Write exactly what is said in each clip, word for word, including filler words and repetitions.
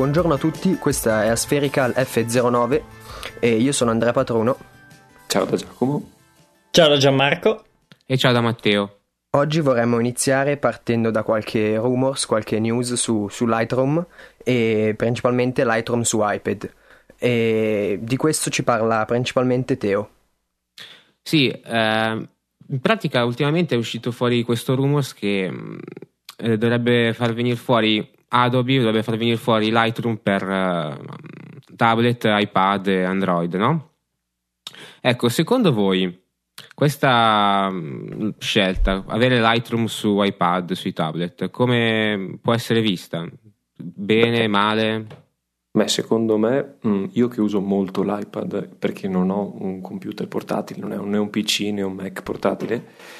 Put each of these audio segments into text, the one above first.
buongiorno a tutti, questa è Aspherical F zero nove e io sono Andrea Patruno. Ciao da Giacomo. Ciao da Gianmarco. E ciao da Matteo. Oggi vorremmo iniziare partendo da qualche rumors, qualche news su, su Lightroom e principalmente Lightroom su iPad. E di questo ci parla principalmente Teo. Sì, eh, in pratica ultimamente è uscito fuori questo rumors che eh, dovrebbe far venire fuori Adobe, dovrebbe far venire fuori Lightroom per eh, tablet, iPad e Android, no? Ecco, secondo voi questa mh, scelta, avere Lightroom su iPad, sui tablet, come può essere vista? Bene, male? Beh, secondo me, io che uso molto l'iPad perché non ho un computer portatile, non è né un P C né un Mac portatile,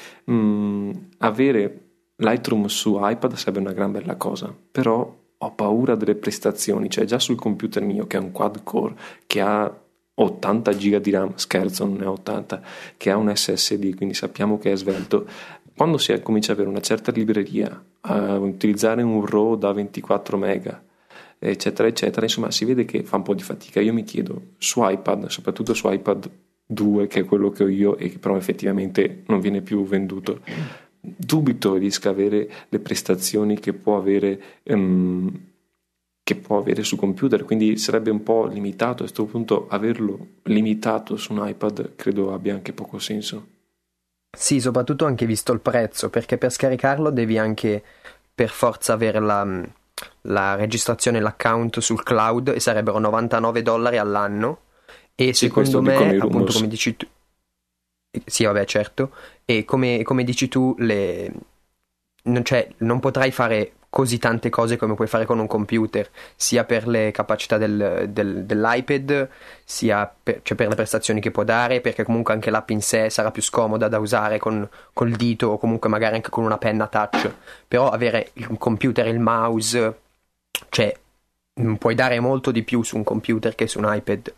mh, avere Lightroom su iPad sarebbe una gran bella cosa, però ho paura delle prestazioni, cioè già sul computer mio che è un quad core, che ha ottanta giga di RAM, scherzo, non è ottanta, che ha un S S D, quindi sappiamo che è svelto. Quando si comincia ad avere una certa libreria, a utilizzare un RAW da ventiquattro mega, eccetera eccetera, insomma si vede che fa un po' di fatica. Io mi chiedo, su iPad, soprattutto su iPad due, che è quello che ho io e che però effettivamente non viene più venduto, dubito riesca a avere le prestazioni che può avere um, che può avere su computer, quindi sarebbe un po' limitato. A questo punto averlo limitato su un iPad credo abbia anche poco senso. Sì, soprattutto anche visto il prezzo, perché per scaricarlo devi anche per forza avere la, la registrazione, l'account sul cloud, e sarebbero novantanove dollari all'anno. E sì, secondo me, appunto, come dici tu, sì, vabbè, certo, e come, come dici tu, le, non, cioè, non potrai fare così tante cose come puoi fare con un computer, sia per le capacità del, del, dell'iPad, sia per, cioè per le prestazioni che può dare, perché comunque anche l'app in sé sarà più scomoda da usare con col dito o comunque magari anche con una penna touch. Però avere il computer e il mouse, cioè puoi dare molto di più su un computer che su un iPad,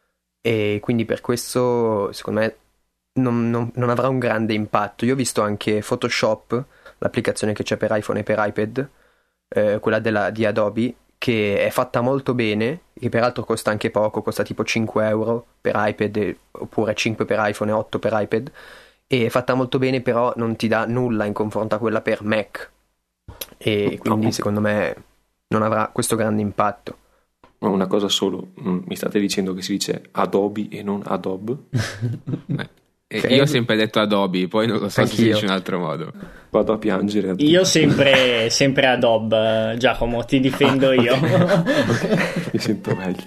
e quindi per questo secondo me non, non, non avrà un grande impatto. Io ho visto anche Photoshop, l'applicazione che c'è per iPhone e per iPad, eh, quella della, di Adobe, che è fatta molto bene, che peraltro costa anche poco, costa tipo cinque euro per iPad e, oppure cinque per iPhone e otto per iPad, e è fatta molto bene, però non ti dà nulla in confronto a quella per Mac, e quindi secondo me non avrà questo grande impatto. Una cosa solo, mi state dicendo che si dice Adobe e non Adobe? Okay. Io ho sempre detto Adobe, poi non lo so Anch'io. se si dice in un altro modo. Vado a piangere. Io sempre, sempre Adobe, Giacomo, ti difendo io. Okay. Mi sento meglio.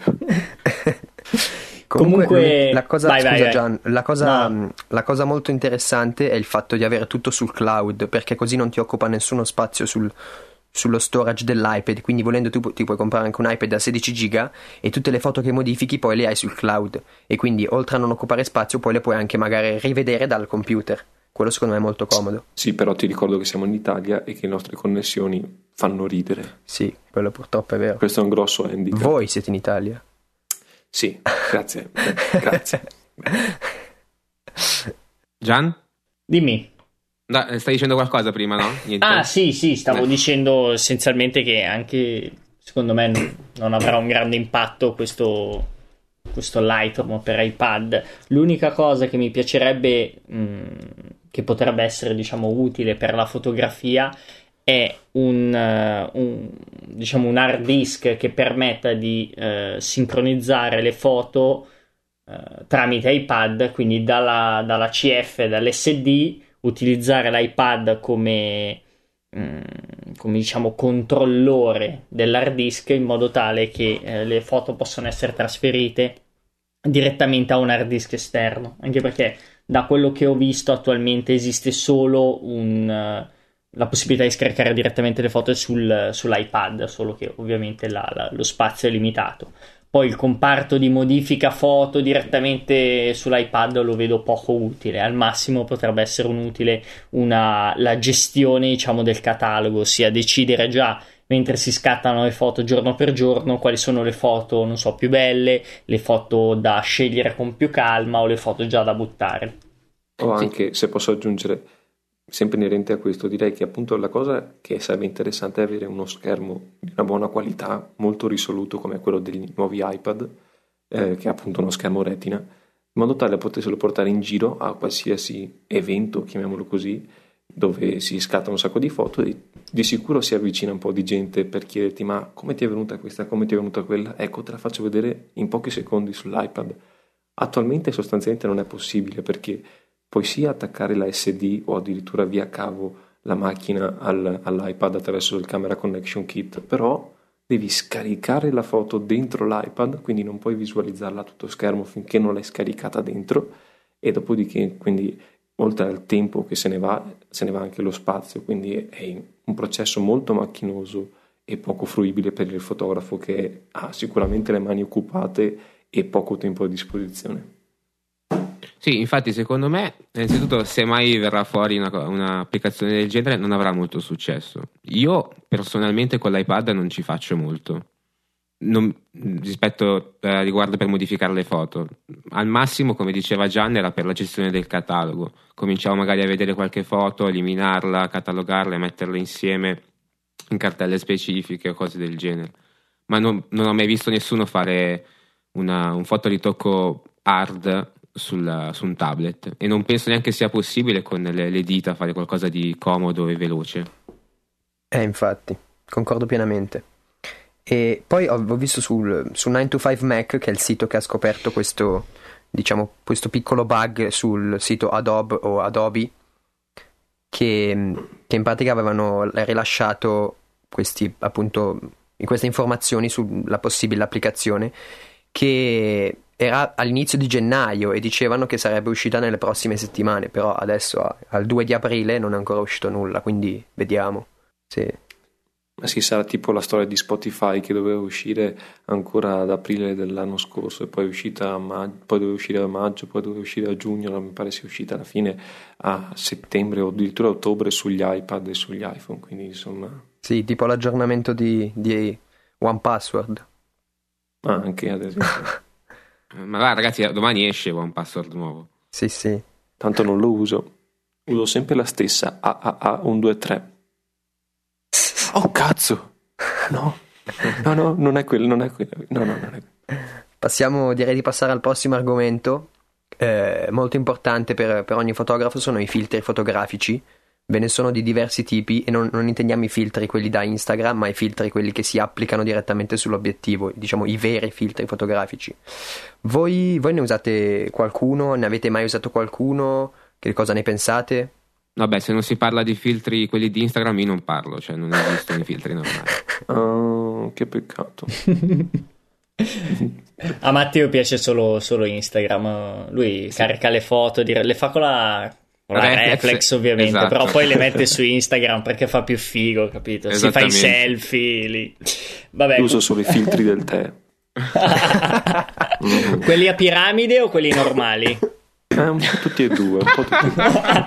Comunque, Comunque la cosa, vai, scusa vai, vai. Gian, la cosa, No. la cosa molto interessante è il fatto di avere tutto sul cloud, perché così non ti occupa nessuno spazio sul, sullo storage dell'iPad. Quindi volendo tu ti puoi comprare anche un iPad da sedici giga e tutte le foto che modifichi poi le hai sul cloud, e quindi oltre a non occupare spazio poi le puoi anche magari rivedere dal computer. Quello secondo me è molto comodo. Sì, però ti ricordo che siamo in Italia e che le nostre connessioni fanno ridere. Sì, quello purtroppo è vero. Questo è un grosso handicap. Voi siete in Italia? Sì, grazie. Grazie. Gian? Dimmi. No, stai dicendo qualcosa prima, no? Niente. Ah sì sì, stavo Eh. dicendo essenzialmente che anche secondo me non, non avrà un grande impatto questo, questo Lightroom per iPad. L'unica cosa che mi piacerebbe, mh, che potrebbe essere diciamo utile per la fotografia, è un, uh, un, diciamo un hard disk che permetta di uh, sincronizzare le foto uh, tramite iPad, quindi dalla, dalla C F, dall'S D, utilizzare l'iPad come, mh, come diciamo controllore dell'hard disk, in modo tale che uh, le foto possano essere trasferite direttamente a un hard disk esterno, anche perché da quello che ho visto attualmente esiste solo un... Uh, la possibilità di scaricare direttamente le foto sul, sull'iPad, solo che ovviamente la, la, lo spazio è limitato. Poi il comparto di modifica foto direttamente sull'iPad lo vedo poco utile. Al massimo potrebbe essere un utile una, la gestione diciamo del catalogo, ossia decidere già mentre si scattano le foto giorno per giorno quali sono le foto non so più belle, le foto da scegliere con più calma o le foto già da buttare. O anche, se posso aggiungere, sempre inerente a questo, direi che appunto la cosa che sarebbe interessante è avere uno schermo di una buona qualità, molto risoluto come quello degli nuovi iPad, eh, che è appunto uno schermo retina, in modo tale da poterselo portare in giro a qualsiasi evento, chiamiamolo così, dove si scatta un sacco di foto e di sicuro si avvicina un po' di gente per chiederti ma come ti è venuta questa, come ti è venuta quella, ecco te la faccio vedere in pochi secondi sull'iPad. Attualmente sostanzialmente non è possibile perché puoi sia attaccare la esse di o addirittura via cavo la macchina al, all'iPad attraverso il Camera Connection Kit, però devi scaricare la foto dentro l'iPad, quindi non puoi visualizzarla a tutto schermo finché non l'hai scaricata dentro, e dopodiché quindi oltre al tempo che se ne va, se ne va anche lo spazio, quindi è un processo molto macchinoso e poco fruibile per il fotografo che ha sicuramente le mani occupate e poco tempo a disposizione. Sì, infatti secondo me, innanzitutto, se mai verrà fuori una, un'applicazione del genere non avrà molto successo. Io personalmente con l'iPad non ci faccio molto, non, rispetto eh, riguardo per modificare le foto. Al massimo, come diceva Gian, era per la gestione del catalogo. Cominciamo magari a vedere qualche foto, eliminarla, catalogarla e metterla insieme in cartelle specifiche o cose del genere. Ma non, non ho mai visto nessuno fare una, un fotoritocco hard sul, su un tablet, e non penso neanche sia possibile con le, le dita fare qualcosa di comodo e veloce. Eh, infatti, concordo pienamente. E poi ho, ho visto sul, su nine to five Mac, che è il sito che ha scoperto questo, diciamo, questo piccolo bug sul sito Adobe o Adobe, che, che in pratica avevano rilasciato questi, appunto, queste informazioni sulla possibile applicazione, che era all'inizio di gennaio e dicevano che sarebbe uscita nelle prossime settimane, però adesso al due di aprile non è ancora uscito nulla, quindi vediamo. Sì. Ma sì, sarà tipo la storia di Spotify che doveva uscire ancora ad aprile dell'anno scorso e poi è uscita a maggio, poi doveva uscire a maggio, poi doveva uscire a giugno, non mi pare sia uscita alla fine a settembre o addirittura a ottobre sugli iPad e sugli iPhone, quindi insomma... Sì, tipo l'aggiornamento di, di One Password. Ah, anche ad esempio. Ma va ragazzi, domani esce un password nuovo. Sì, sì. Tanto non lo uso. Uso sempre la stessa A A A uno due tre. Oh cazzo! No, no, no, non è quello, non è quello. No, no, non è quello. Passiamo, direi di passare al prossimo argomento. Eh, molto importante per, per ogni fotografo sono i filtri fotografici. Ve ne sono di diversi tipi e non, non intendiamo i filtri quelli da Instagram, ma i filtri quelli che si applicano direttamente sull'obiettivo, diciamo i veri filtri fotografici. Voi, voi ne usate qualcuno? Ne avete mai usato qualcuno? Che cosa ne pensate? Vabbè, se non si parla di filtri quelli di Instagram io non parlo, cioè non esistono i filtri normali. Oh, che peccato. A Matteo piace solo, solo Instagram, lui sì. Carica le foto, le fa con la... La reflex, reflex ovviamente, esatto. Però poi le mette su Instagram perché fa più figo, capito? Si fa i selfie lì. Vabbè. Uso solo i filtri del tè. Quelli a piramide o quelli normali? Eh, un po' tutti e due, un po' tutti e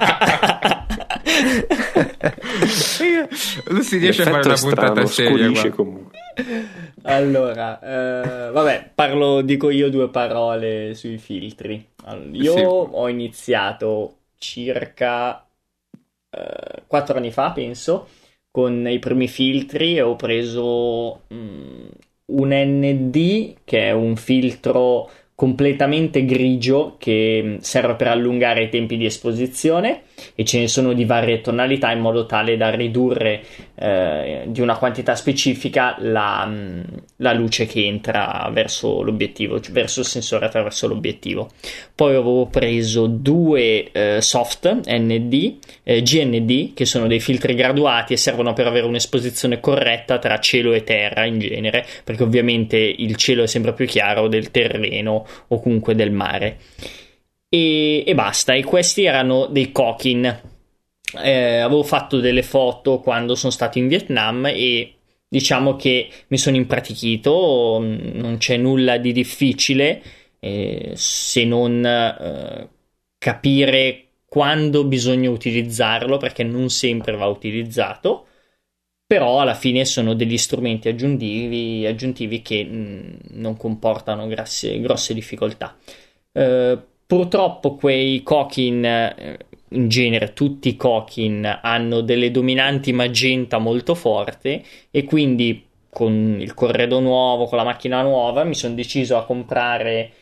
due. Non si riesce a fare una puntata seria. Comunque. Allora, eh, vabbè, parlo, dico io due parole sui filtri. Allora, io sì. ho iniziato circa eh, quattro anni fa, penso, con i primi filtri e ho preso mh, un N D, che è un filtro completamente grigio che serve per allungare i tempi di esposizione, e ce ne sono di varie tonalità in modo tale da ridurre eh, di una quantità specifica la, la luce che entra verso l'obiettivo, cioè verso il sensore attraverso l'obiettivo. Poi avevo preso due eh, soft N D, eh, G N D, che sono dei filtri graduati e servono per avere un'esposizione corretta tra cielo e terra in genere, perché ovviamente il cielo è sempre più chiaro del terreno o comunque del mare. E, e basta, e questi erano dei Kokin. Eh, avevo fatto delle foto quando sono stato in Vietnam e diciamo che mi sono impratichito, non c'è nulla di difficile eh, se non eh, capire quando bisogna utilizzarlo, perché non sempre va utilizzato, però alla fine sono degli strumenti aggiuntivi, aggiuntivi che mh, non comportano grosse, grosse difficoltà. Eh, Purtroppo quei Kokin eh, in genere tutti i Kokin hanno delle dominanti magenta molto forte, e quindi con il corredo nuovo, con la macchina nuova, mi sono deciso a comprare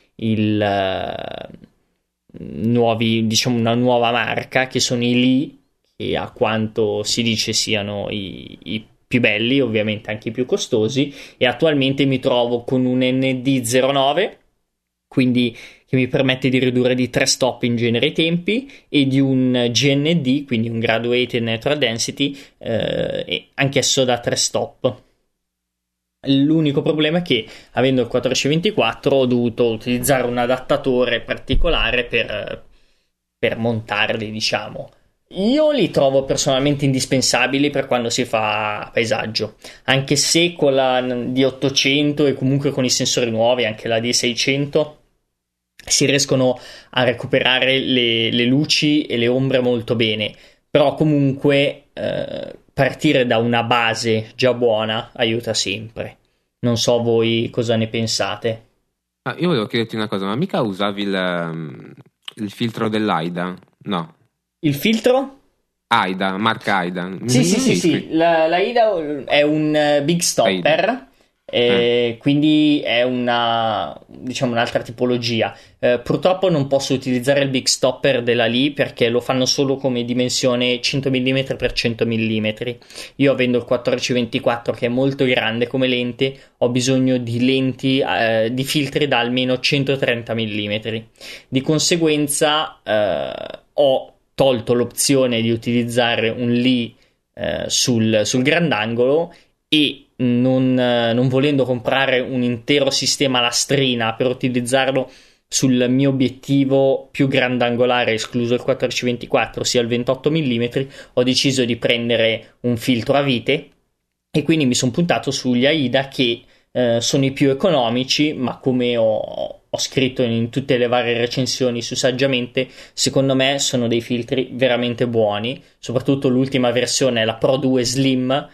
il uh, nuovi, diciamo una nuova marca, che sono i Lee, che a quanto si dice siano i, i più belli, ovviamente anche i più costosi, e attualmente mi trovo con un N D zero nove, quindi che mi permette di ridurre di tre stop in genere i tempi, e di un G N D, quindi un Graduated Natural Density, eh, anch'esso da tre stop. L'unico problema è che, avendo il quattordici-ventiquattro, ho dovuto utilizzare un adattatore particolare per, per montarli, diciamo. Io li trovo personalmente indispensabili per quando si fa paesaggio, anche se con la D ottocento e comunque con i sensori nuovi, anche la D seicento, si riescono a recuperare le, le luci e le ombre molto bene, però comunque eh, partire da una base già buona aiuta sempre. Non so voi cosa ne pensate. Ah, io volevo chiederti una cosa, ma mica usavi il, il filtro dell'Aida? No. Il filtro? Aida, marca Aida. Sì, sì, sì, sì. La, la Aida è un big stopper, eh, eh. quindi è una, diciamo, un'altra tipologia. Eh, purtroppo non posso utilizzare il big stopper della Lee perché lo fanno solo come dimensione cento millimetri per cento millimetri. Io, avendo il quattordici ventiquattro che è molto grande come lente, ho bisogno di lenti, eh, di filtri da almeno centotrenta millimetri. Di conseguenza eh, ho tolto l'opzione di utilizzare un Lee eh, sul, sul grandangolo, e non, eh, non volendo comprare un intero sistema lastrina per utilizzarlo sul mio obiettivo più grandangolare, escluso il quattordici ventiquattro, sia il ventotto millimetri, ho deciso di prendere un filtro a vite, e quindi mi sono puntato sugli Aida, che eh, sono i più economici, ma come ho ho scritto in tutte le varie recensioni su Saggiamente, secondo me sono dei filtri veramente buoni. Soprattutto l'ultima versione, la Pro due Slim,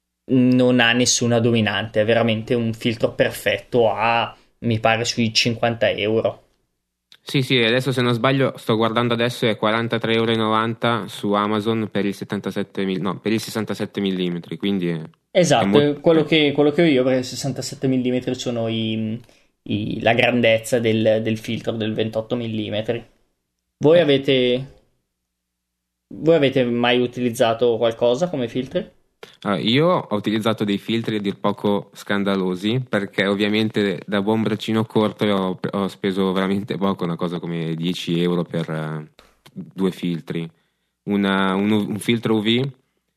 non ha nessuna dominante, è veramente un filtro perfetto, a mi pare sui cinquanta euro. Sì, sì, adesso se non sbaglio sto guardando adesso, è quarantatré e novanta euro su Amazon per il settantasette mm, no, per il sessantasette millimetri, quindi è, esatto, è molto... quello, che, quello che ho io, perché i sessantasette millimetri sono i I, la grandezza del, del filtro del ventotto millimetri. Voi avete voi avete mai utilizzato qualcosa come filtri? Allora, io ho utilizzato dei filtri a dir poco scandalosi, perché ovviamente da buon braccino corto ho, ho speso veramente poco, una cosa come dieci euro per uh, due filtri, una, un, un filtro U V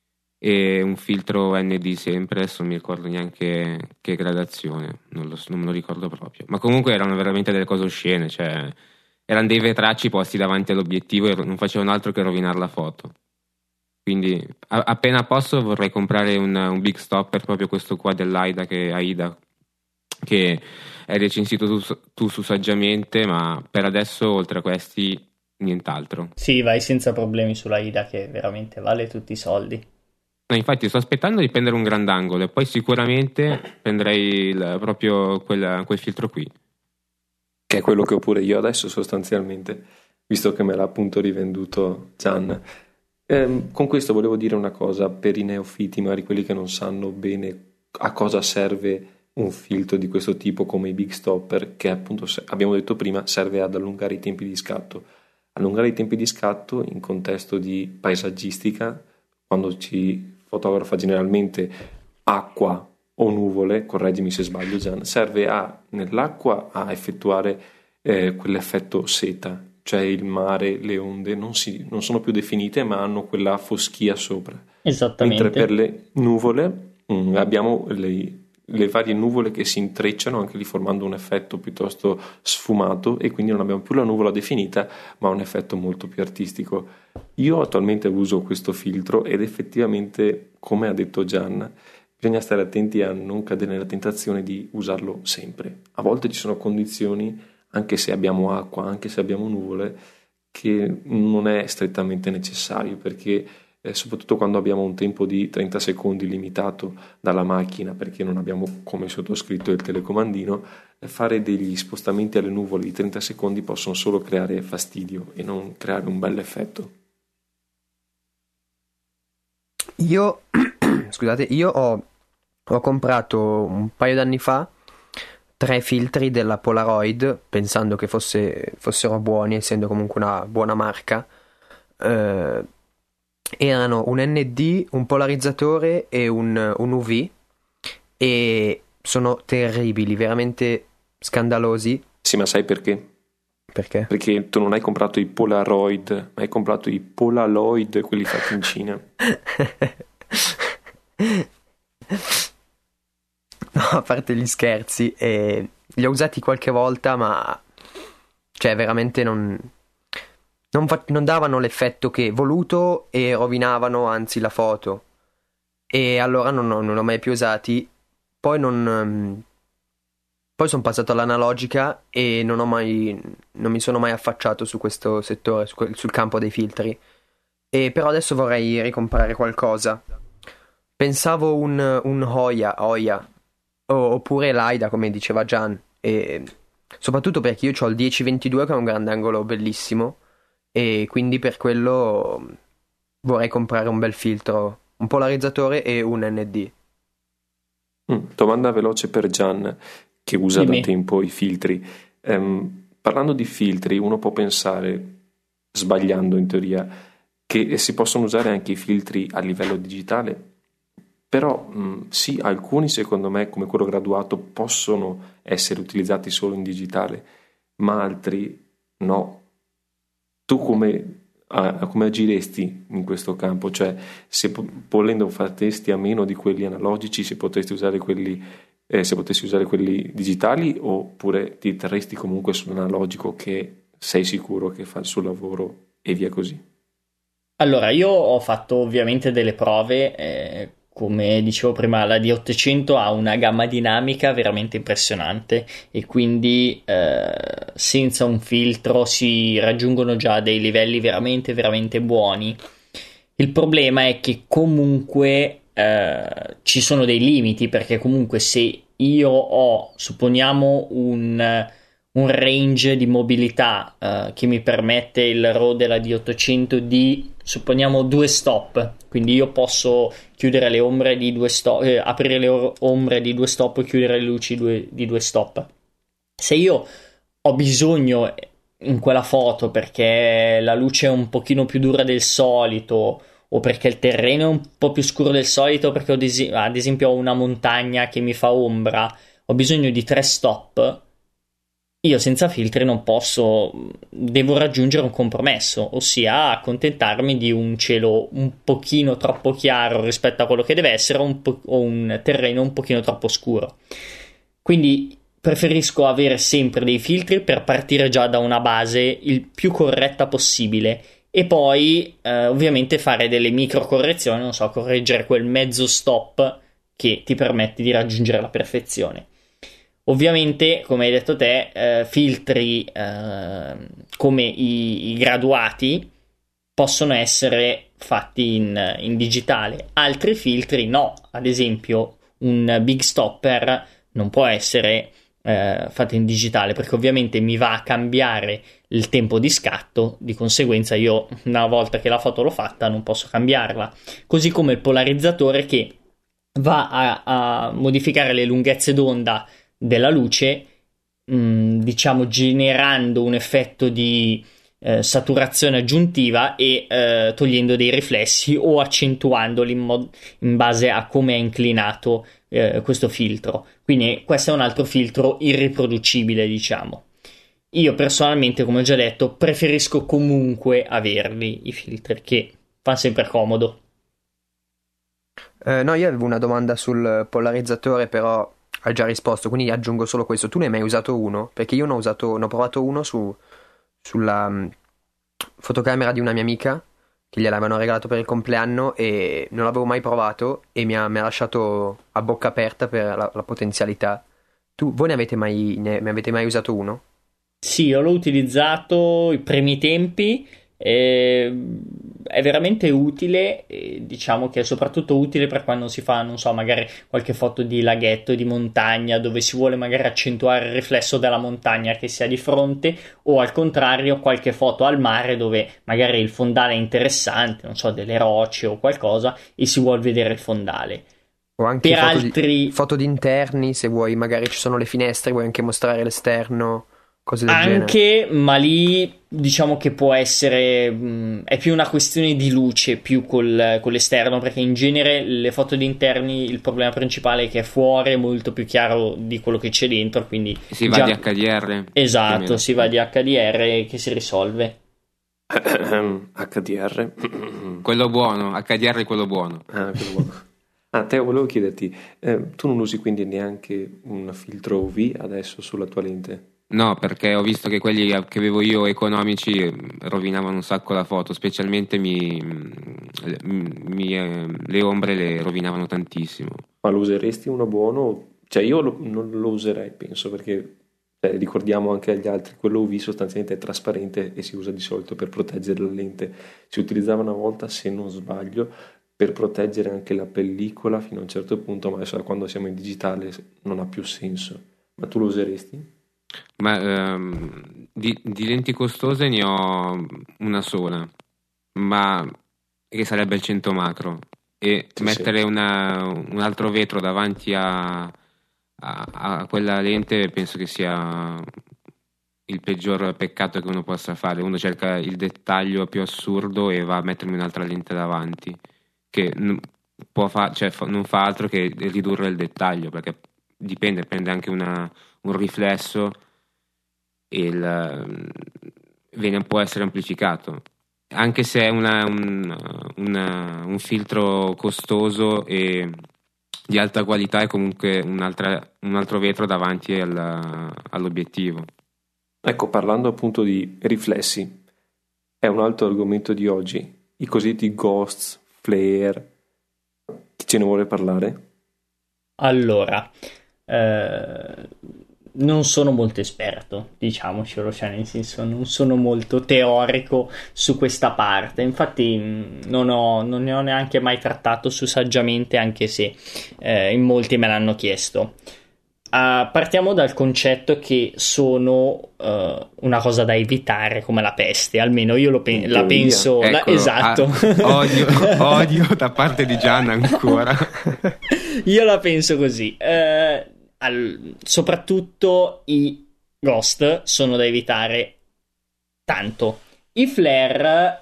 e un filtro N D sempre, adesso non mi ricordo neanche che gradazione, non, lo, non me lo ricordo proprio, ma comunque erano veramente delle cose oscene, cioè erano dei vetracci posti davanti all'obiettivo e non facevano altro che rovinare la foto. Quindi a, appena posso vorrei comprare un, un big stopper, proprio questo qua dell'Aida, che Aida, che è recensito tu, tu su Saggiamente, ma per adesso oltre a questi nient'altro. Sì, vai senza problemi sulla Aida, che veramente vale tutti i soldi. No, infatti sto aspettando di prendere un grandangolo e poi sicuramente prenderei il, proprio quel, quel filtro qui, che è quello che ho pure io adesso sostanzialmente, visto che me l'ha appunto rivenduto Gian. Eh, con questo volevo dire una cosa per i neofiti, magari quelli che non sanno bene a cosa serve un filtro di questo tipo come i big stopper, che appunto, abbiamo detto prima, serve ad allungare i tempi di scatto. Allungare i tempi di scatto in contesto di paesaggistica, quando ci fotografa generalmente acqua o nuvole, correggimi se sbaglio Gian, serve a, nell'acqua a effettuare eh, quell'effetto seta, cioè il mare, le onde non, si, non sono più definite ma hanno quella foschia sopra. Esattamente. Mentre per le nuvole mh, abbiamo le, le varie nuvole che si intrecciano, anche lì formando un effetto piuttosto sfumato, e quindi non abbiamo più la nuvola definita ma un effetto molto più artistico. Io attualmente uso questo filtro ed effettivamente, come ha detto Gian, bisogna stare attenti a non cadere nella tentazione di usarlo sempre. A volte ci sono condizioni, anche se abbiamo acqua, anche se abbiamo nuvole, che non è strettamente necessario, perché eh, soprattutto quando abbiamo un tempo di trenta secondi limitato dalla macchina, perché non abbiamo, come sottoscritto, il telecomandino, eh, fare degli spostamenti alle nuvole di trenta secondi possono solo creare fastidio e non creare un bel effetto. Io, scusate, io ho, ho comprato un paio d'anni fa tre filtri della Polaroid, pensando che fosse, fossero buoni, essendo comunque una buona marca. Eh, erano un N D, un polarizzatore e un, un U V, e sono terribili, veramente scandalosi. Sì, ma sai perché? Perché? Perché tu non hai comprato i Polaroid, ma hai comprato i Polaroid, quelli fatti in Cina. No, a parte gli scherzi, eh, li ho usati qualche volta, ma cioè veramente non, non, fa- non davano l'effetto che voluto e rovinavano anzi la foto. E allora non, ho- non l'ho mai più usati. Poi non... ehm, Poi sono passato all'analogica e non ho mai, non mi sono mai affacciato su questo settore, su quel- sul campo dei filtri. E però adesso vorrei ricomprare qualcosa. Pensavo un, un Hoya, Hoya, o- oppure l'Aida, come diceva Gian. E soprattutto perché io ho il dieci ventidue che è un grandangolo bellissimo, e quindi per quello vorrei comprare un bel filtro, un polarizzatore e un N D. Mm, domanda veloce per Gian, che usa Dimmi. da tempo i filtri. Ehm, parlando di filtri, uno può pensare, sbagliando in teoria, che si possono usare anche i filtri a livello digitale, però mh, sì, alcuni secondo me, come quello graduato, possono essere utilizzati solo in digitale, ma altri no. Tu come, a- come agiresti in questo campo? Cioè, se po- volendo fartesti a meno di quelli analogici, se potresti usare quelli, eh, se potessi usare quelli digitali, oppure ti terresti comunque sull'analogico che sei sicuro che fa il suo lavoro e via così? Allora, io ho fatto ovviamente delle prove, eh, come dicevo prima, la D ottocento ha una gamma dinamica veramente impressionante e quindi eh, senza un filtro si raggiungono già dei livelli veramente, veramente buoni. Il problema è che comunque eh, ci sono dei limiti, perché comunque se io ho, supponiamo, un un range di mobilità eh, che mi permette il RAW della D ottocento di, supponiamo, due stop, quindi io posso chiudere le ombre di due stop, eh, aprire le or- ombre di due stop e chiudere le luci due- di due stop. Se io ho bisogno in quella foto perché la luce è un pochino più dura del solito, o perché il terreno è un po' più scuro del solito, perché ho desi- ad esempio ho una montagna che mi fa ombra, ho bisogno di tre stop. Io senza filtri non posso, devo raggiungere un compromesso, ossia accontentarmi di un cielo un pochino troppo chiaro rispetto a quello che deve essere, o un, po- o un terreno un pochino troppo scuro. Quindi preferisco avere sempre dei filtri per partire già da una base il più corretta possibile e poi eh, ovviamente fare delle micro correzioni, non so, correggere quel mezzo stop che ti permette di raggiungere la perfezione. Ovviamente, come hai detto te, eh, filtri eh, come i, i graduati possono essere fatti in, in digitale, altri filtri no. Ad esempio, un Big Stopper non può essere eh, fatto in digitale perché ovviamente mi va a cambiare il tempo di scatto, di conseguenza io una volta che la foto l'ho fatta non posso cambiarla. Così come il polarizzatore che va a, a modificare le lunghezze d'onda della luce, mh, diciamo generando un effetto di eh, saturazione aggiuntiva e eh, togliendo dei riflessi o accentuandoli in, mod- in base a come è inclinato eh, questo filtro. Quindi questo è un altro filtro irriproducibile, diciamo. Io personalmente, come ho già detto, preferisco comunque averli i filtri, che fa sempre comodo. Eh, no, io avevo una domanda sul polarizzatore, però hai già risposto, quindi aggiungo solo questo. Tu ne hai mai usato uno? Perché io ne ho usato, ne ho provato uno su, sulla mh, fotocamera di una mia amica che gliel'avevano regalato per il compleanno e non l'avevo mai provato e mi ha, mi ha lasciato a bocca aperta per la, la potenzialità. Tu, voi ne avete mai, ne, ne avete mai usato uno? Sì, io l'ho utilizzato i primi tempi. E è veramente utile, e diciamo che è soprattutto utile per quando si fa, non so, magari qualche foto di laghetto, di montagna, dove si vuole magari accentuare il riflesso della montagna che si ha di fronte, o al contrario qualche foto al mare dove magari il fondale è interessante, non so, delle rocce o qualcosa, e si vuol vedere il fondale. O anche Per foto, altri... di, foto di interni, se vuoi, magari ci sono le finestre, vuoi anche mostrare l'esterno, cose del Anche, genere. ma lì diciamo che può essere, mh, è più una questione di luce più col, con l'esterno, perché in genere le foto di interni il problema principale è che fuori è molto più chiaro di quello che c'è dentro, quindi Si va già... di acca di erre. Esatto, si va di acca di erre che si risolve. acca di erre. Quello buono, acca di erre è quello buono. Ah, quello buono. Ah, Teo, volevo chiederti, eh, tu non usi quindi neanche un filtro U V adesso sulla tua lente? No, perché ho visto che quelli che avevo io economici rovinavano un sacco la foto, specialmente mi, mi, eh, le ombre le rovinavano tantissimo. Ma lo useresti uno buono? Cioè io lo, non lo userei, penso, perché cioè, ricordiamo anche agli altri, quello U V sostanzialmente è trasparente e si usa di solito per proteggere la lente. Si utilizzava una volta, se non sbaglio, per proteggere anche la pellicola fino a un certo punto, ma adesso quando siamo in digitale non ha più senso. Ma tu lo useresti? Ma ehm, di, di lenti costose ne ho una sola, ma che sarebbe il cento macro, e Sì, mettere sì. una, un altro vetro davanti a, a, a quella lente penso che sia il peggior peccato che uno possa fare. Uno cerca il dettaglio più assurdo e va a mettermi un'altra lente davanti, che n- può fa- cioè, fa- non fa altro che ridurre il dettaglio, perché dipende, prende anche una, un riflesso e il, viene, può essere amplificato, anche se è una, un, una, un filtro costoso e di alta qualità, è comunque un'altra, un altro vetro davanti al, all'obiettivo. Ecco, parlando appunto di riflessi, è un altro argomento di oggi, i cosiddetti ghosts, flare. Chi ce ne vuole parlare? Allora, eh, non sono molto esperto, diciamocelo, cioè nel senso non sono molto teorico su questa parte, infatti mh, non, ho, non ne ho neanche mai trattato su Saggiamente, anche se eh, in molti me l'hanno chiesto. Uh, partiamo dal concetto che sono uh, una cosa da evitare come la peste, almeno io lo pe- la penso la- Eccolo, esatto. ah, odio, odio da parte di Gianna ancora. Io la penso così. Uh, al- soprattutto i ghost sono da evitare tanto. I flare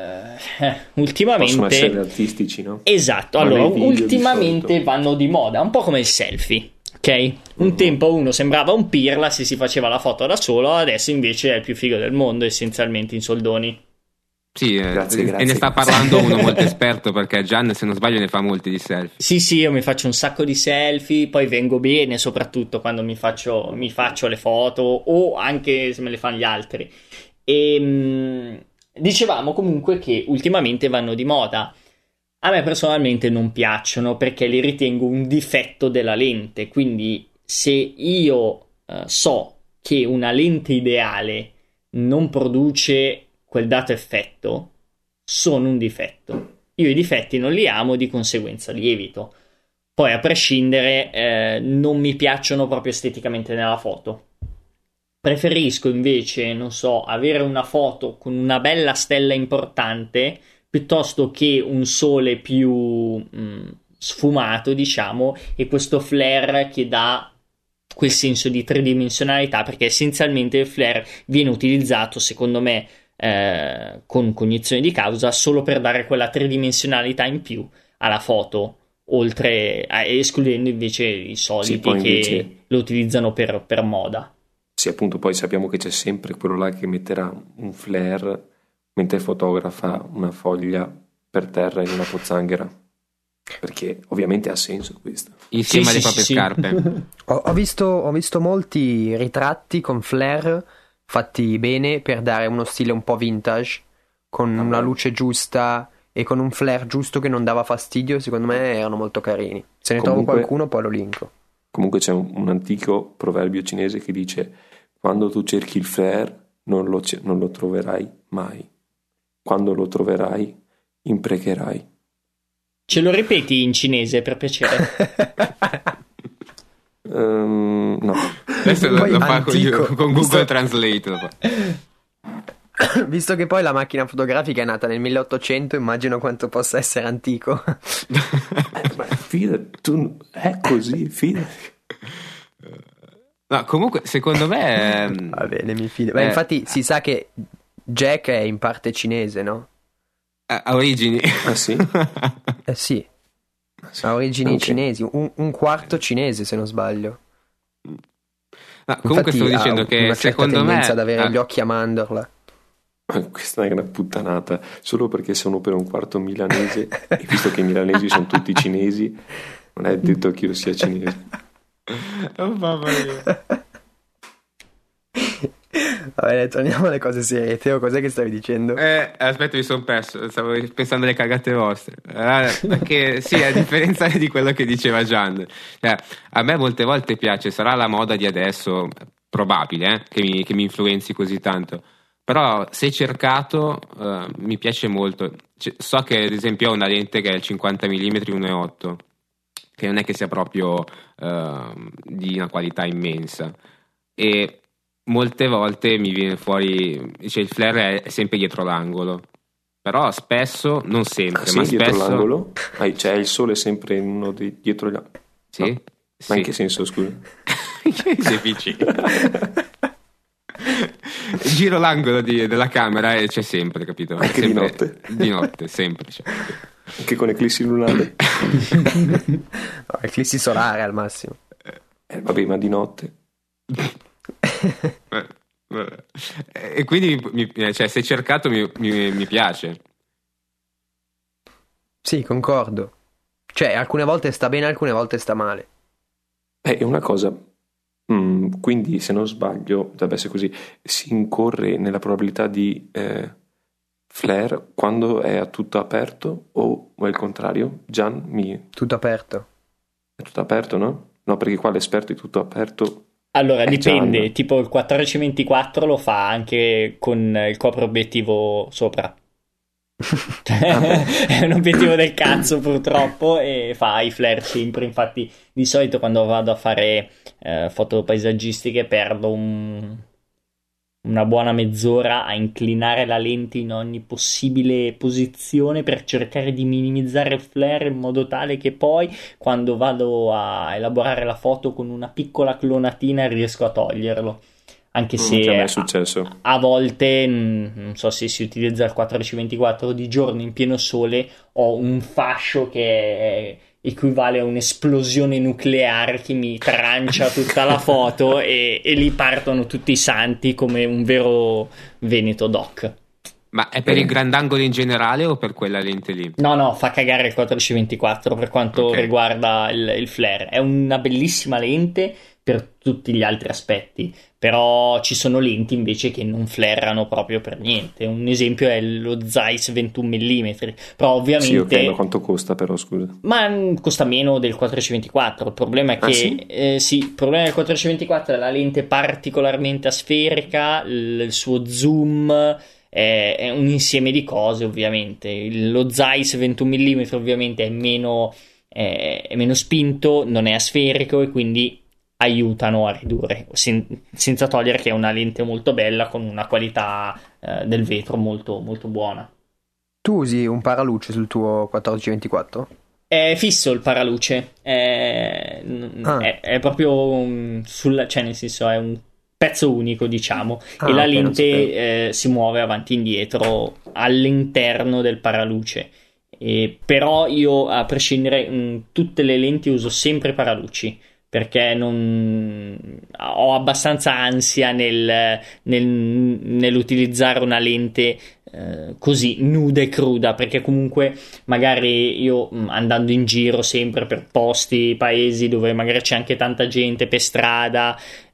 uh, ultimamente possono essere artistici, no? Esatto, Ma allora nei video di ultimamente solito. vanno di moda, un po' come il selfie. Ok? Un Mhm. tempo uno sembrava un pirla se si faceva la foto da solo, adesso invece è il più figo del mondo, essenzialmente in soldoni. Sì, eh, Grazie, e grazie, ne sta grazie. parlando uno molto esperto, perché Gian, se non sbaglio, ne fa molti di selfie. Sì, sì, io mi faccio un sacco di selfie, poi vengo bene, soprattutto quando mi faccio, mi faccio le foto o anche se me le fanno gli altri. E mh, dicevamo comunque che ultimamente vanno di moda. A me personalmente non piacciono perché li ritengo un difetto della lente, quindi se io eh, so che una lente ideale non produce quel dato effetto, sono un difetto. Io i difetti non li amo, di conseguenza li evito. Poi a prescindere eh, non mi piacciono proprio esteticamente nella foto. Preferisco invece, non so, avere una foto con una bella stella importante piuttosto che un sole più mh, sfumato, diciamo, e questo flare che dà quel senso di tridimensionalità, perché essenzialmente il flare viene utilizzato, secondo me, eh, con cognizione di causa, solo per dare quella tridimensionalità in più alla foto, oltre a, escludendo invece i soliti Sì, poi che invece- lo utilizzano per, per moda. Sì, appunto, poi sappiamo che c'è sempre quello là che metterà un flare mentre fotografa una foglia per terra in una pozzanghera, perché ovviamente ha senso questo. Insieme Sì, alle sì, proprie sì, scarpe. Ho, ho visto, ho visto molti ritratti con flare fatti bene per dare uno stile un po' vintage, con Ah, una beh. luce giusta e con un flare giusto che non dava fastidio. Secondo me erano molto carini. Se ne trovo Comunque- qualcuno poi lo linko. Comunque c'è un, un antico proverbio cinese che dice: quando tu cerchi il flare non lo, ce- non lo troverai mai, quando lo troverai imprecherai. Ce lo ripeti in cinese per piacere? um, no. Adesso lo, lo fa con, con Google visto... Translate. Visto che poi la macchina fotografica è nata nel milleottocento, immagino quanto possa essere antico. eh, ma fidati, tu è così, fidati. No, comunque, secondo me... Va bene, mi fido. Ma eh, infatti si sa che Jack è in parte cinese, no? Ha origini. Ah sì? Eh sì, ha origini okay. cinesi, un, un quarto cinese se non sbaglio. No, comunque stavo dicendo che una secondo me... ad avere ah. gli occhi a mandorla. Questa è una puttanata, solo perché sono per un quarto milanese e visto che i milanesi sono tutti cinesi, non è detto che io sia cinese. Oh mamma mia. Va bene, torniamo alle cose serie. Teo, cos'è che stavi dicendo? Eh, aspetta, mi sono perso, stavo pensando alle cagate vostre. Eh, perché sì, a differenza di quello che diceva Gian, cioè, a me molte volte piace, sarà la moda di adesso, probabile, eh, che, mi, che mi influenzi così tanto. Però se cercato uh, mi piace molto. C- so che ad esempio ho una lente che è il cinquanta millimetri uno virgola otto, che non è che sia proprio uh, di una qualità immensa, e molte volte mi viene fuori, cioè il flare è sempre dietro l'angolo, però spesso, non sempre, ah, sì, ma dietro spesso... l'angolo? Ah, cioè il sole è sempre in uno di dietro gli angoli? Sì? No? Sì. Ma in che senso, scusa? Sei vicino. Giro l'angolo di, della camera e c'è sempre, capito? Anche sempre, di notte? Di notte, sempre. Cioè. Anche con eclissi lunare? No, eclissi solare al massimo. Eh, vabbè, ma di notte? E quindi mi, cioè, se cercato mi, mi, mi piace. Sì, concordo. Cioè, alcune volte sta bene, alcune volte sta male. Eh, è una cosa... Mm, quindi, se non sbaglio, dovrebbe essere così, si incorre nella probabilità di eh, flare quando è a tutto aperto o, o è il contrario? Gian, mi... Tutto aperto. È tutto aperto, no? No, perché qua l'esperto è tutto aperto. Allora, è dipende, Gian. Tipo il quattordici ventiquattro lo fa anche con il copro obiettivo sopra. È un obiettivo del cazzo purtroppo e fa i flare sempre. Infatti di solito quando vado a fare eh, foto paesaggistiche perdo un, una buona mezz'ora a inclinare la lente in ogni possibile posizione per cercare di minimizzare il flare in modo tale che poi quando vado a elaborare la foto con una piccola clonatina riesco a toglierlo. Anche se mm, che a me è successo. A, a volte, non so se si utilizza il quattordici ventiquattro di giorno in pieno sole, ho un fascio che equivale a un'esplosione nucleare che mi trancia tutta la foto e, e lì partono tutti i santi come un vero Veneto Doc. Ma è per eh. il grandangolo in generale o per quella lente lì? No, no, fa cagare il quattordici ventiquattro per quanto okay. riguarda il, il flare. È una bellissima lente per tutti gli altri aspetti, però ci sono lenti invece che non flarano proprio per niente. Un esempio è lo Zeiss ventuno millimetri, però ovviamente... Sì, ok, ma quanto costa però, scusa? Ma costa meno del quattordici ventiquattro. Il problema è che... Ah, sì? Eh, sì, il problema del quattordici ventiquattro è la lente particolarmente asferica, il, il suo zoom... è un insieme di cose ovviamente. Lo Zeiss ventuno millimetri ovviamente è meno, è, è meno spinto, non è asferico e quindi aiutano a ridurre, sen- senza togliere che è una lente molto bella con una qualità eh, del vetro molto, molto buona. Tu usi un paraluce sul tuo quattordici ventiquattro? È fisso il paraluce, è, ah. è, è proprio um, sulla, cioè nel senso è un pezzo unico, diciamo, ah, e la okay, lente eh, si muove avanti e indietro all'interno del paraluce. E però io, a prescindere, in tutte le lenti uso sempre paraluci perché non ho abbastanza ansia nel, nel, nell'utilizzare una lente eh, così nuda e cruda, perché comunque magari io andando in giro sempre per posti, paesi dove magari c'è anche tanta gente per strada,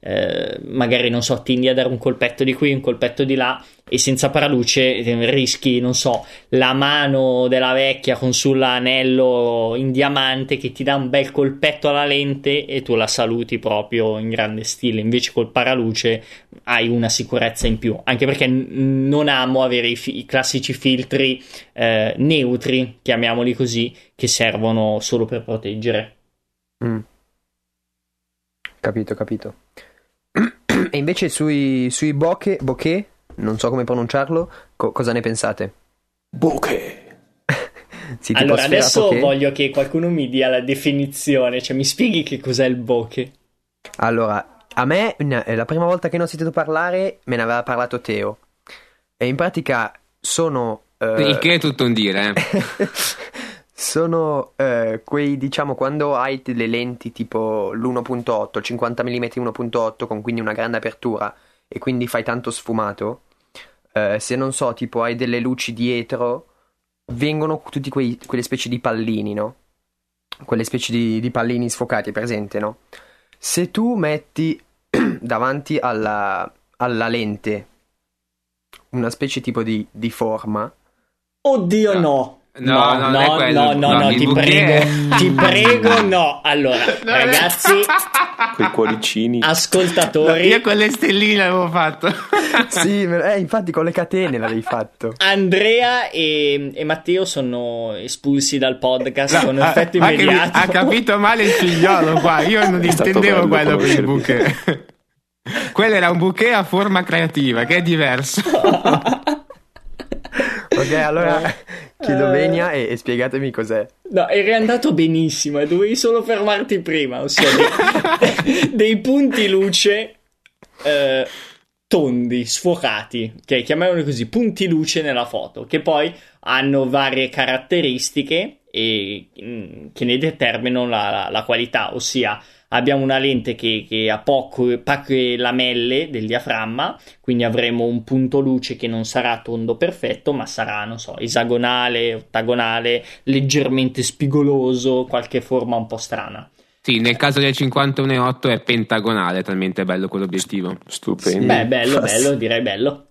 eh, magari non so, tendi a dare un colpetto di qui, un colpetto di là, e senza paraluce eh, rischi, non so, la mano della vecchia con sull'anello in diamante che ti dà un bel colpetto alla lente e tu la saluti proprio in grande stile. Invece col paraluce hai una sicurezza in più, anche perché n- non amo avere i, fi- i classici filtri eh, neutri, chiamiamoli così, che servono solo per proteggere. Mm. Capito, capito. E invece sui, sui bokeh, bokeh, non so come pronunciarlo, co- cosa ne pensate? Bokeh. Sì, tipo Allora, sfera adesso bokeh. voglio che qualcuno mi dia la definizione, cioè mi spieghi che cos'è il bokeh. Allora, a me n- la prima volta che ne ho sentito parlare me ne aveva parlato Teo. E in pratica sono... eh, Il che è tutto un dire, eh. sono eh, quei, diciamo, quando hai delle lenti tipo l'uno punto otto, il cinquanta millimetri uno punto otto, con quindi una grande apertura e quindi fai tanto sfumato, eh, se non so, tipo hai delle luci dietro, vengono tutti quei, quelle specie di pallini, no? Quelle specie di, di pallini sfocati, presente, no? Se tu metti davanti alla, alla lente una specie tipo di, di forma, Oddio, No. no. No, No, no, no, non è no, quello. no, no, No, no, il ti bouquet. prego, ti prego, no. Allora, ragazzi, Quei cuoricini. ascoltatori, Io con le stelline l'avevo fatto. sì, eh, infatti con le catene l'avevi fatto. Andrea e, e Matteo sono espulsi dal podcast con Ah, effetto ma che mi- immediato. ha capito male il figliolo qua. Io non È stato intendevo bello quello per il conoscervi. bouquet. Quello era un bouquet a forma creativa, che è diverso. Ok, allora chiedo Eh. venia e, e spiegatemi cos'è. No, eri andato benissimo e dovevi solo fermarti prima, ossia dei, dei punti luce eh, tondi, sfocati, ok, chiamiamoli così, punti luce nella foto, che poi hanno varie caratteristiche e, mm, che ne determinano la, la- la qualità, ossia abbiamo una lente che, che ha poco, poche lamelle del diaframma, quindi avremo un punto luce che non sarà tondo perfetto, ma sarà, non so, esagonale, ottagonale, leggermente spigoloso, qualche forma un po' strana. Sì, nel caso del cinquantuno e otto è pentagonale, talmente bello quell'obiettivo. Stupendo. Sì. Beh, bello, Fast. bello, direi bello.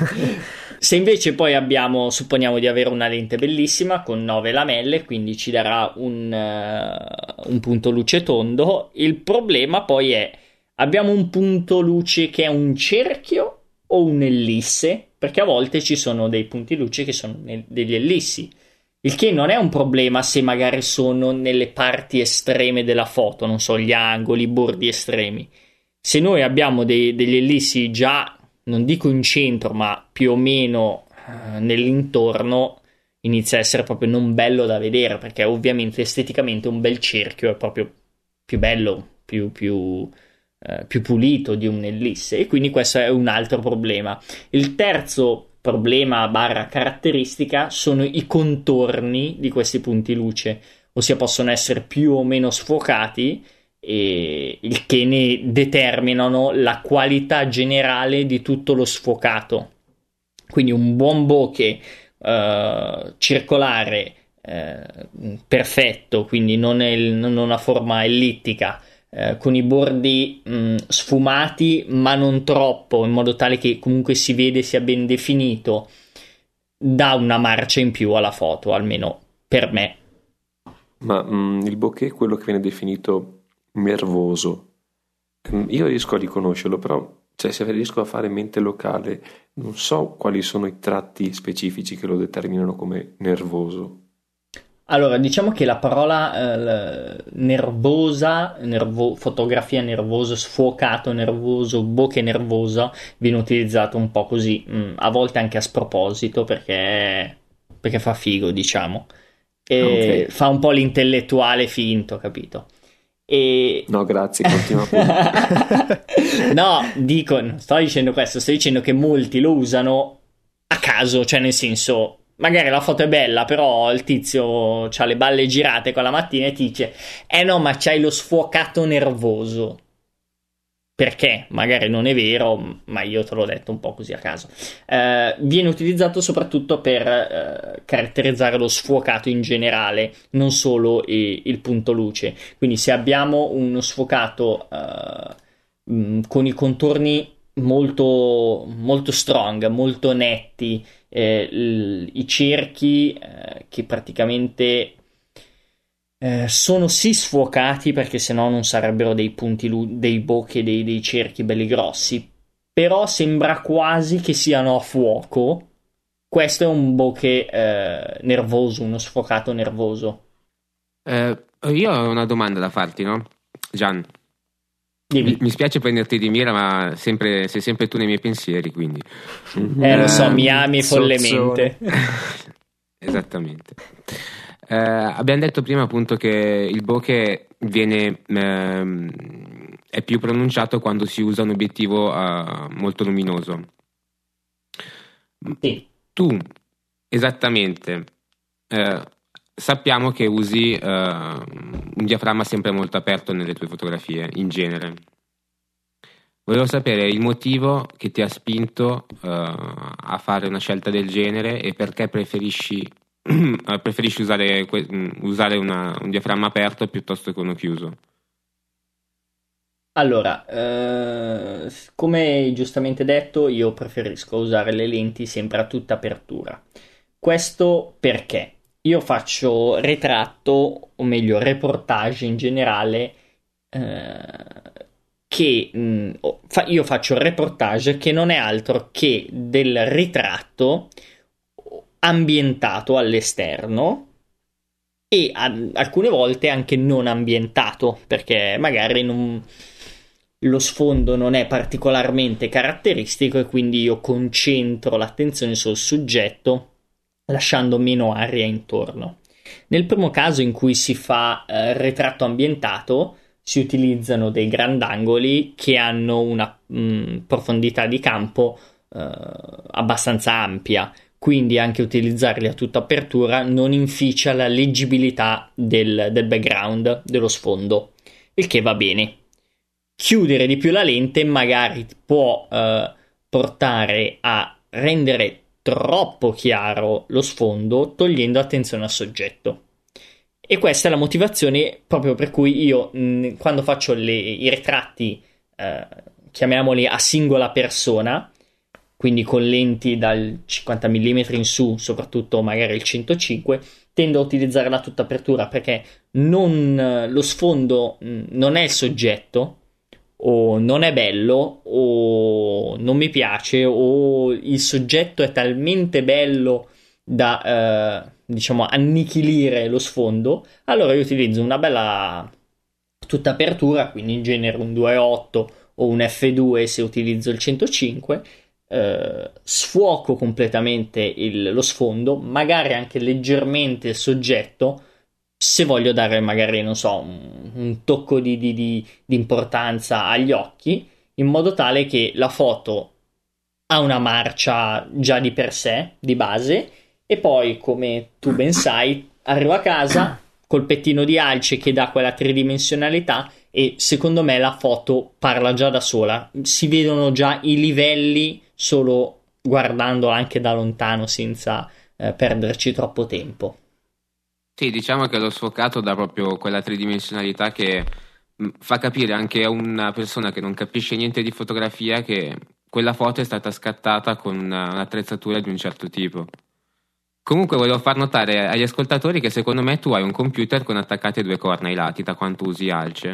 Se invece poi abbiamo, supponiamo di avere una lente bellissima con nove lamelle, quindi ci darà un, eh, un punto luce tondo, il problema poi è, abbiamo un punto luce che è un cerchio o un'ellisse? Perché a volte ci sono dei punti luce che sono ne- degli ellissi, il che non è un problema se magari sono nelle parti estreme della foto, non so, gli angoli, i bordi estremi. Se noi abbiamo dei- degli ellissi già, non dico in centro, ma più o meno eh, nell'intorno, inizia a essere proprio non bello da vedere, perché ovviamente esteticamente un bel cerchio è proprio più bello, più, più, eh, più pulito di un'ellisse, e quindi questo è un altro problema. Il terzo problema barra caratteristica sono i contorni di questi punti luce, ossia possono essere più o meno sfocati, e il che ne determinano la qualità generale di tutto lo sfocato. Quindi un buon bokeh eh, circolare eh, perfetto, quindi non, è il- non una forma ellittica, eh, con i bordi mh, sfumati ma non troppo, in modo tale che comunque si vede sia ben definito, dà una marcia in più alla foto, almeno per me. Ma mm, il bokeh è quello che viene definito nervoso. Mm, Io riesco a riconoscerlo, però cioè, se riesco a fare mente locale, non so quali sono i tratti specifici che lo determinano come nervoso. Allora, diciamo che la parola eh, l- nervosa, nervo- fotografia nervosa, sfuocato nervoso, bokeh nervosa, viene utilizzato un po' così, mm, a volte anche a sproposito, perché, perché fa figo, diciamo. E Ok. fa un po' l'intellettuale finto, capito? E... No, grazie, continua pure. No, dico, non sto dicendo questo, sto dicendo che molti lo usano a caso, cioè nel senso, magari la foto è bella, però il tizio c'ha le balle girate con la mattina e ti dice, eh no, ma c'hai lo sfuocato nervoso. Perché? Magari non è vero, ma io te l'ho detto un po' così a caso. Eh, viene utilizzato soprattutto per eh, caratterizzare lo sfuocato in generale, non solo i- il punto luce. Quindi se abbiamo uno sfocato eh, mh, con i contorni molto, molto strong, molto netti, eh, l- i cerchi eh, che praticamente eh, sono sì sfocati, perché sennò non sarebbero dei punti, lu- dei bocche, dei, dei cerchi belli grossi, però sembra quasi che siano a fuoco. Questo è un bokeh eh, nervoso, uno sfocato nervoso. Eh, io ho una domanda da farti, no? Gian, mi, Dimmi. mi spiace prenderti di mira, ma sempre, sei sempre tu nei miei pensieri, quindi... Eh, lo so, Ehm, mi ami sozzone. follemente. Esattamente. Eh, abbiamo detto prima appunto che il bokeh viene, ehm, è più pronunciato quando si usa un obiettivo eh, molto luminoso. Sì. Tu, esattamente, eh, sappiamo che usi eh, un diaframma sempre molto aperto nelle tue fotografie, in genere. Volevo sapere il motivo che ti ha spinto eh, a fare una scelta del genere e perché preferisci, preferisci usare, que- usare una- un diaframma aperto piuttosto che uno chiuso. Allora, eh, come giustamente detto, io preferisco usare le lenti sempre a tutta apertura. Questo perché io faccio ritratto, o meglio, reportage in generale, eh, che mh, o- fa- io faccio reportage che non è altro che del ritratto ambientato all'esterno e a- alcune volte anche non ambientato, perché magari non- lo sfondo non è particolarmente caratteristico e quindi io concentro l'attenzione sul soggetto lasciando meno aria intorno. Nel primo caso in cui si fa eh, ritratto ambientato si utilizzano dei grandangoli che hanno una mh, profondità di campo eh, abbastanza ampia, quindi anche utilizzarli a tutta apertura non inficia la leggibilità del, del background, dello sfondo, il che va bene. Chiudere di più la lente magari può eh, portare a rendere troppo chiaro lo sfondo, togliendo attenzione al soggetto. E questa è la motivazione proprio per cui io, mh, quando faccio le, i ritratti, eh, chiamiamoli a singola persona, quindi con lenti dal cinquanta millimetri in su, soprattutto magari il centocinque, tendo a utilizzarla a tutta apertura perché non, lo sfondo mh, non è il soggetto, o non è bello, o non mi piace, o il soggetto è talmente bello da, eh, diciamo, annichilire lo sfondo, allora io utilizzo una bella tutta apertura, quindi in genere un due virgola otto o un effe due se utilizzo il centocinque, eh, sfuoco completamente il- lo sfondo, magari anche leggermente il soggetto, se voglio dare magari, non so, un, un tocco di, di- di- di importanza agli occhi, in modo tale che la foto ha una marcia già di per sé, di base, e poi, come tu ben sai, arrivo a casa col pettino di alce che dà quella tridimensionalità e secondo me la foto parla già da sola. Si vedono già i livelli solo guardando anche da lontano senza eh, perderci troppo tempo. Sì, diciamo che lo sfocato dà proprio quella tridimensionalità che mh, fa capire anche a una persona che non capisce niente di fotografia che quella foto è stata scattata con una- un'attrezzatura di un certo tipo. Comunque volevo far notare agli ascoltatori che secondo me tu hai un computer con attaccate due corna ai lati da quanto usi Alce.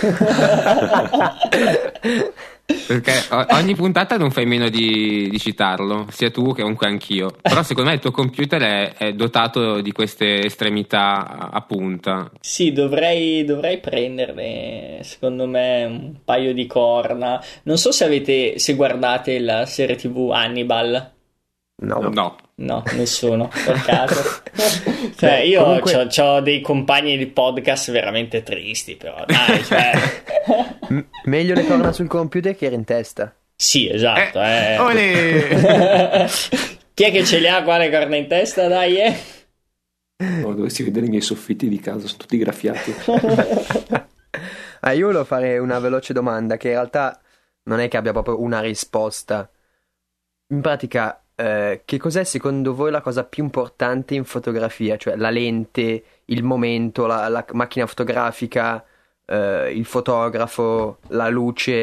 Perché o- ogni puntata non fai meno di, di citarlo, sia tu che comunque anch'io. Però secondo me il tuo computer è, è dotato di queste estremità a, a punta. Sì, dovrei, dovrei prenderne, secondo me, un paio di corna. Non so se avete, se guardate la serie tivù Hannibal. No. No. No, nessuno, per caso. Cioè, Beh, io comunque- ho dei compagni di podcast veramente tristi, però dai, cioè... M- meglio le corna sul computer che era in testa. Sì, esatto, Eh, eh. olè! Chi è che ce le ha qua le corna in testa, dai, eh? Oh, dovresti vedere i miei soffitti di casa, sono tutti graffiati. Ah, io volevo fare una veloce domanda che in realtà non è che abbia proprio una risposta. In pratica, eh, che cos'è secondo voi la cosa più importante in fotografia? Cioè la lente, il momento, la, la macchina fotografica, eh, il fotografo, la luce,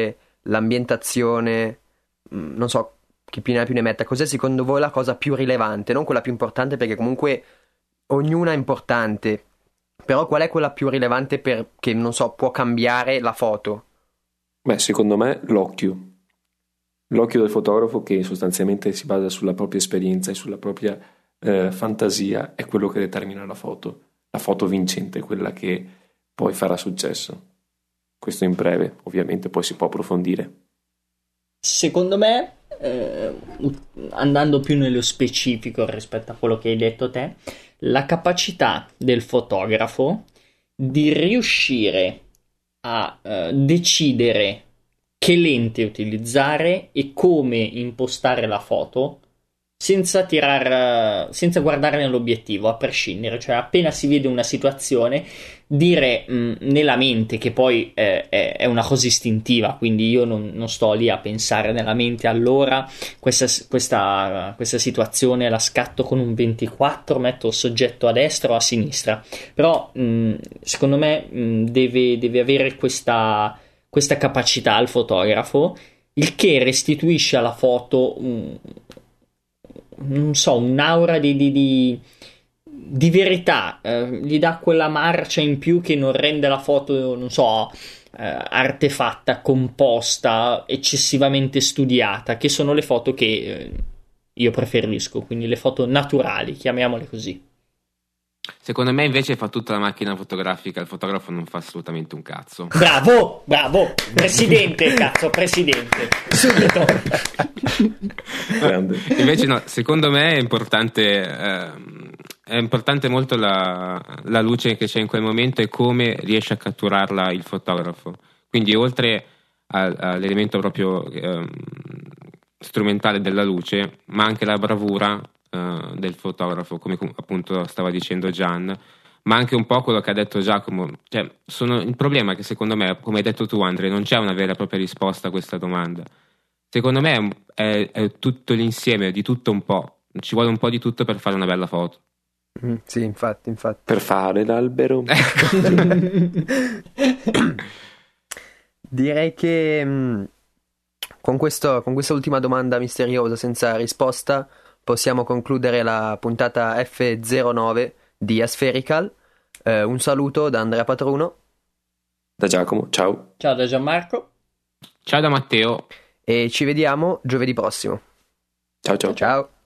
l'ambientazione, mh, non so chi più ne ha più ne metta, cos'è secondo voi la cosa più rilevante? Non quella più importante, perché comunque ognuna è importante, però qual è quella più rilevante per, che non so, può cambiare la foto? Beh, secondo me l'occhio. L'occhio del fotografo, che sostanzialmente si basa sulla propria esperienza e sulla propria eh, fantasia, è quello che determina la foto. La foto vincente è quella che poi farà successo. Questo in breve, ovviamente poi si può approfondire. Secondo me, eh, andando più nello specifico rispetto a quello che hai detto te, la capacità del fotografo di riuscire a eh, decidere che lente utilizzare e come impostare la foto senza tirar, senza guardare nell'obiettivo, a prescindere. Cioè, appena si vede una situazione, dire mh, nella mente, che poi eh, è, è una cosa istintiva, quindi io non, non sto lì a pensare nella mente, allora questa, questa, questa situazione la scatto con un ventiquattro, metto il soggetto a destra o a sinistra. Però mh, secondo me mh, deve, deve avere questa, questa capacità al fotografo, il che restituisce alla foto mh, non so, un'aura di, di, di, di verità, eh, gli dà quella marcia in più che non rende la foto, non so, eh, artefatta, composta, eccessivamente studiata, che sono le foto che eh, io preferisco, quindi le foto naturali, chiamiamole così. Secondo me invece fa tutta la macchina fotografica, il fotografo non fa assolutamente un cazzo. Bravo, bravo, presidente, cazzo, presidente, subito. Grande. Invece no, secondo me è importante, eh, è importante molto la, la luce che c'è in quel momento e come riesce a catturarla il fotografo. Quindi oltre a, all'elemento proprio eh, strumentale della luce, ma anche la bravura Uh, del fotografo, come appunto stava dicendo Gian, ma anche un po' quello che ha detto Giacomo. Cioè, sono, il problema è che secondo me, come hai detto tu Andre, non c'è una vera e propria risposta a questa domanda. Secondo me è, è, è tutto l'insieme di tutto un po', ci vuole un po' di tutto per fare una bella foto. Mm, sì, infatti, infatti. Per fare l'albero. Direi che mh, con questo, con questa ultima domanda misteriosa senza risposta possiamo concludere la puntata F zero nove di Aspherical. Eh, un saluto da Andrea Patruno. Da Giacomo, ciao. Ciao da Gianmarco. Ciao da Matteo. E ci vediamo giovedì prossimo. Ciao ciao. Ciao.